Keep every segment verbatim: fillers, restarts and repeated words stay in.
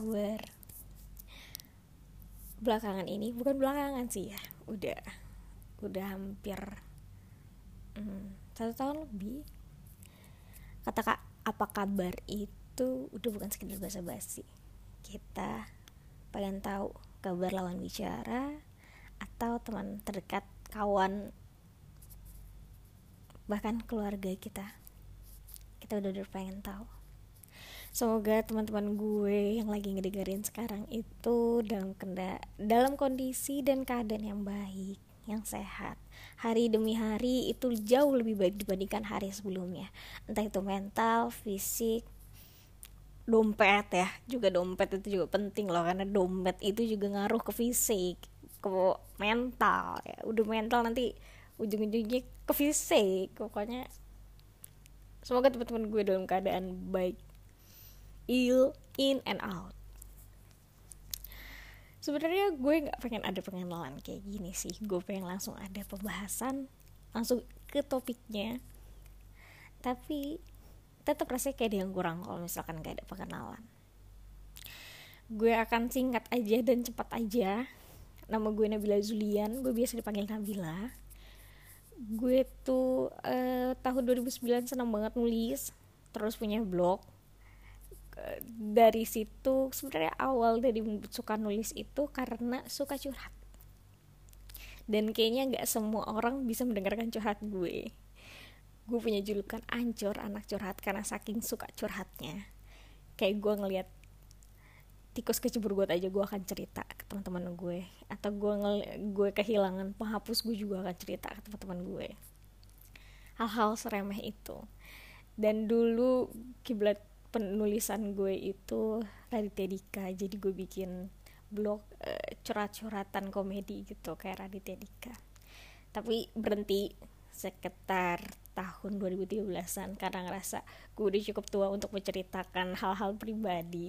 kabar? Belakangan ini, bukan belakangan sih ya, udah udah hampir hmm, satu tahun lebih. Kata kak apa kabar itu udah bukan sekedar basa-basi. Kita pengen tahu kabar lawan bicara atau teman terdekat, kawan, bahkan keluarga kita. Kita udah-udah pengen tahu. Semoga teman-teman gue yang lagi ngedengerin sekarang itu dalam kenda, dalam kondisi dan keadaan yang baik, yang sehat. Hari demi hari itu jauh lebih baik dibandingkan hari sebelumnya. Entah itu mental, fisik, dompet ya. Juga dompet itu juga penting loh, karena dompet itu juga ngaruh ke fisik, ke mental ya. Udah mental nanti ujung-ujungnya ke fisik. Pokoknya semoga teman-teman gue dalam keadaan baik, ill in and out. Sebenarnya gue nggak pengen ada pengenalan kayak gini sih. Gue pengen langsung ada pembahasan, langsung ke topiknya. Tapi tetap rasanya kayak ada yang kurang kalau misalkan nggak ada pengenalan. Gue akan singkat aja dan cepat aja. Nama gue Nabila Zulian. Gue biasa dipanggil Nabila. Gue tuh eh, tahun dua ribu sembilan senang banget nulis, terus punya blog. Dari situ sebenarnya awal dari suka nulis itu karena suka curhat, dan kayaknya nggak semua orang bisa mendengarkan curhat gue. Gue punya julukan ancur, anak curhat, karena saking suka curhatnya. Kayak gue ngelihat tikus kecebur got aja gue akan cerita ke teman-teman gue, atau gue ngel- gue kehilangan penghapus gue juga akan cerita ke teman-teman gue. Hal-hal seremeh itu. Dan dulu kiblat penulisan gue itu Raditya Dika, jadi gue bikin blog uh, curhat-curhatan komedi gitu kayak Raditya Dika. Tapi berhenti sekitar tahun dua ribu tiga belasan karena ngerasa gue udah cukup tua untuk menceritakan hal-hal pribadi.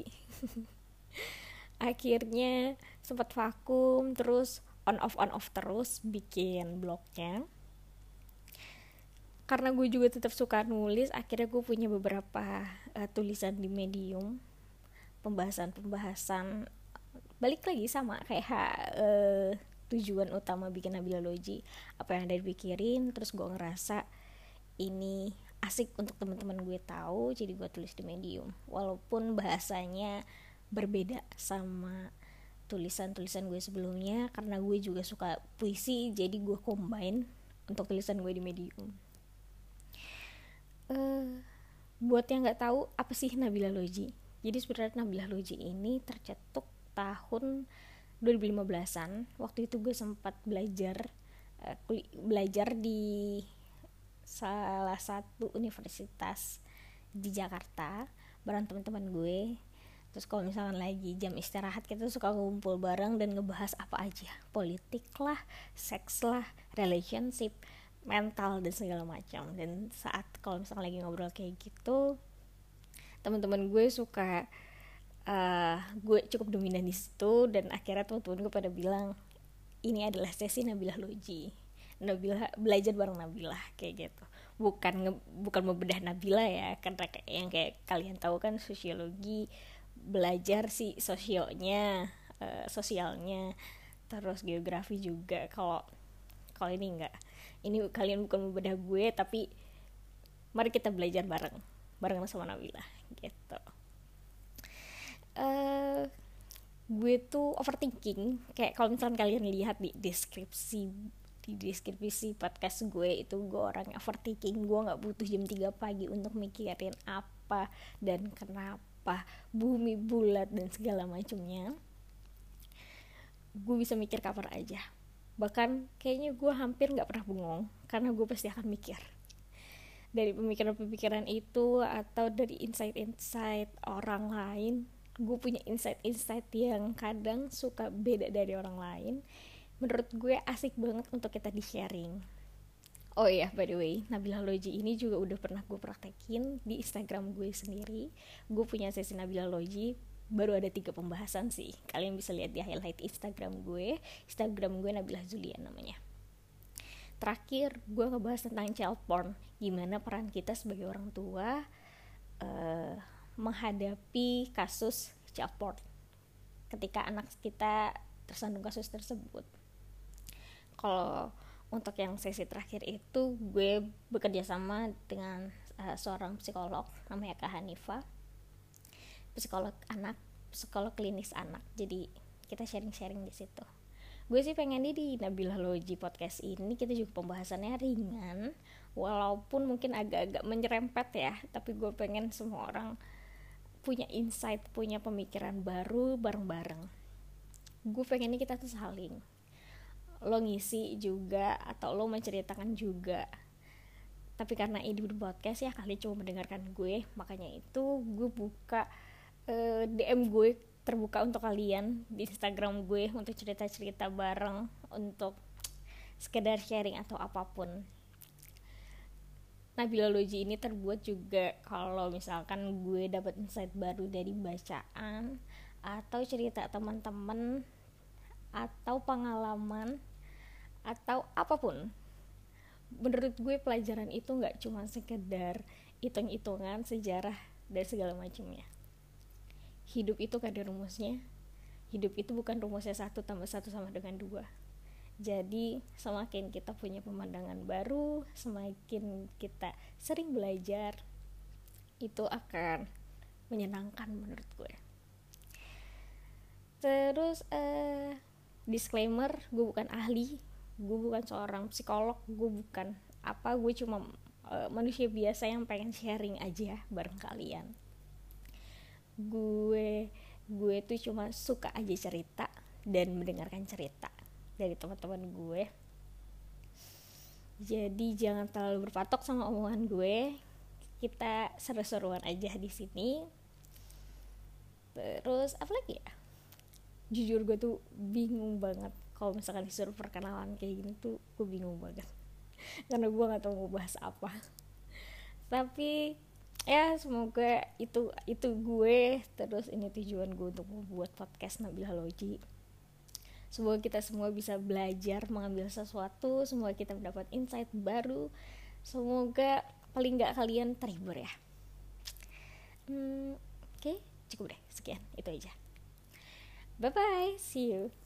Akhirnya sempat vakum, terus on off on off terus bikin blognya. Karena gue juga tetap suka nulis, akhirnya gue punya beberapa uh, tulisan di Medium, pembahasan-pembahasan. Balik lagi sama kayak uh, tujuan utama bikin Nabila Logi, apa yang ada dipikirin, terus gue ngerasa ini asik untuk teman-teman gue tahu, jadi gue tulis di Medium. Walaupun bahasanya berbeda sama tulisan-tulisan gue sebelumnya, karena gue juga suka puisi, jadi gue combine untuk tulisan gue di Medium. Uh, buat yang nggak tahu apa sih Nabila Logi, jadi sebenarnya Nabila Logi ini tercetuk tahun dua ribu lima belasan. Waktu itu gue sempat belajar uh, kul- belajar di salah satu universitas di Jakarta bareng teman-teman gue. Terus kalau misalkan lagi jam istirahat, kita suka ngumpul bareng dan ngebahas apa aja, politik lah, seks lah, relationship, mental, dan segala macam. Dan saat kalau misalkan lagi ngobrol kayak gitu, teman-teman gue suka uh, gue cukup dominan di situ, dan akhirnya teman-teman gue pada bilang ini adalah sesi Nabila Logi, Nabila belajar bareng Nabila kayak gitu. Bukan nge, bukan membedah Nabila ya, karena kayak yang kayak kalian tahu kan sosiologi belajar sih sosionya, uh, sosialnya, terus geografi juga. Kalau kalau ini enggak, ini kalian bukan membedah gue, tapi mari kita belajar bareng bareng sama Nabila gitu. Uh, gue tuh overthinking, kayak kalau misalkan kalian lihat di deskripsi di deskripsi podcast gue itu, gue orang overthinking. Gue nggak butuh jam tiga pagi untuk mikirin apa dan kenapa bumi bulat dan segala macamnya. Gue bisa mikir kapan aja, bahkan kayaknya gue hampir nggak pernah bengong karena gue pasti akan mikir. Dari pemikiran-pemikiran itu atau dari insight-insight orang lain, gue punya insight-insight yang kadang suka beda dari orang lain. Menurut gue asik banget untuk kita di sharing. Oh iya, by the way, Nabila Logi ini juga udah pernah gue praktekin di Instagram gue sendiri. Gue punya sesi Nabila Logi, baru ada tiga pembahasan sih. Kalian bisa lihat di highlight Instagram gue. Instagram gue Nabila Zulian namanya. Terakhir gue ngebahas tentang child porn, gimana peran kita sebagai orang tua uh, menghadapi kasus child porn. ketika anak kita tersandung kasus tersebut. Kalau untuk yang sesi terakhir itu gue bekerja sama dengan uh, seorang psikolog namanya Kak Hanifa, psikolog anak, psikolog klinis anak. Jadi kita sharing-sharing di situ. Gue sih pengen di Nabila Loji podcast ini kita juga pembahasannya ringan, walaupun mungkin agak-agak menyerempet ya, tapi gue pengen semua orang punya insight, punya pemikiran baru bareng-bareng. Gue pengennya kita tuh saling, lo ngisi juga atau lo menceritakan juga. Tapi karena ini podcast ya, kalian cuma mendengarkan gue, makanya itu gue buka uh, D M gue terbuka untuk kalian di Instagram gue untuk cerita-cerita bareng, untuk sekedar sharing atau apapun. Nabila Loji ini terbuat juga kalau misalkan gue dapat insight baru dari bacaan atau cerita teman-teman atau pengalaman atau apapun. Menurut gue pelajaran itu gak cuma sekedar hitung-hitungan, sejarah dan segala macamnya. Hidup itu gak ada rumusnya. Hidup itu bukan rumusnya satu tambah satu sama dengan dua. Jadi semakin kita punya pemandangan baru, semakin kita sering belajar, itu akan menyenangkan menurut gue. Terus eh, disclaimer, gue bukan ahli, gue bukan seorang psikolog, gue bukan apa, gue cuma uh, manusia biasa yang pengen sharing aja bareng kalian. Gue gue tuh cuma suka aja cerita dan mendengarkan cerita dari teman-teman gue. Jadi jangan terlalu berpatok sama omongan gue. Kita seru-seruan aja di sini. Terus apa lagi ya? Jujur gue tuh bingung banget kalau misalkan disuruh perkenalan kayak gini tuh gue bingung banget karena gue nggak tahu mau bahas apa. Tapi ya semoga itu itu gue, terus ini tujuan gue untuk membuat podcast Nabila Loji. Semoga kita semua bisa belajar mengambil sesuatu, semoga kita mendapat insight baru, semoga paling nggak kalian terhibur ya. hmm, Oke okay, cukup deh, sekian itu aja. Bye bye, see you.